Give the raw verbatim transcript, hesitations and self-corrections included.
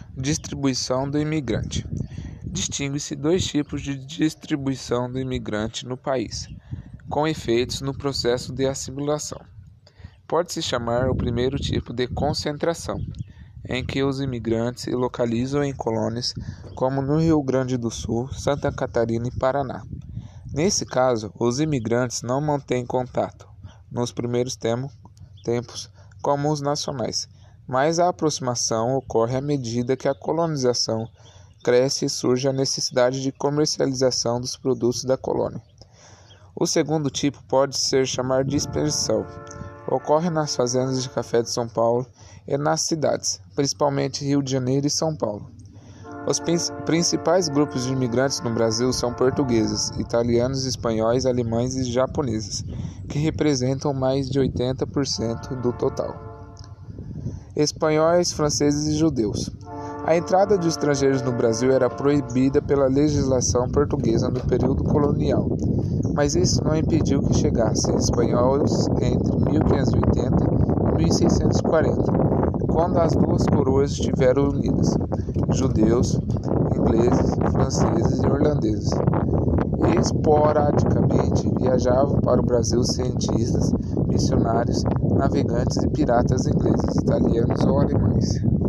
Distribuição do imigrante. Distingue-se dois tipos de distribuição do imigrante no país, com efeitos no processo de assimilação. Pode-se chamar o primeiro tipo de concentração, em que os imigrantes se localizam em colônias como no Rio Grande do Sul, Santa Catarina e Paraná. Nesse caso, os imigrantes não mantêm contato, nos primeiros temo, tempos, como os nacionais, mas a aproximação ocorre à medida que a colonização cresce e surge a necessidade de comercialização dos produtos da colônia. O segundo tipo pode ser chamado de dispersão. Ocorre nas fazendas de café de São Paulo e nas cidades, principalmente Rio de Janeiro e São Paulo. Os principais grupos de imigrantes no Brasil são portugueses, italianos, espanhóis, alemães e japoneses, que representam mais de oitenta por cento do total. Espanhóis, franceses e judeus. A entrada de estrangeiros no Brasil era proibida pela legislação portuguesa no período colonial, mas isso não impediu que chegassem espanhóis entre mil quinhentos e oitenta e mil seiscentos e quarenta, quando as duas coroas estiveram unidas, judeus, ingleses, franceses e holandeses. Esporadicamente viajavam para o Brasil cientistas, missionários, navegantes e piratas ingleses, italianos ou alemães.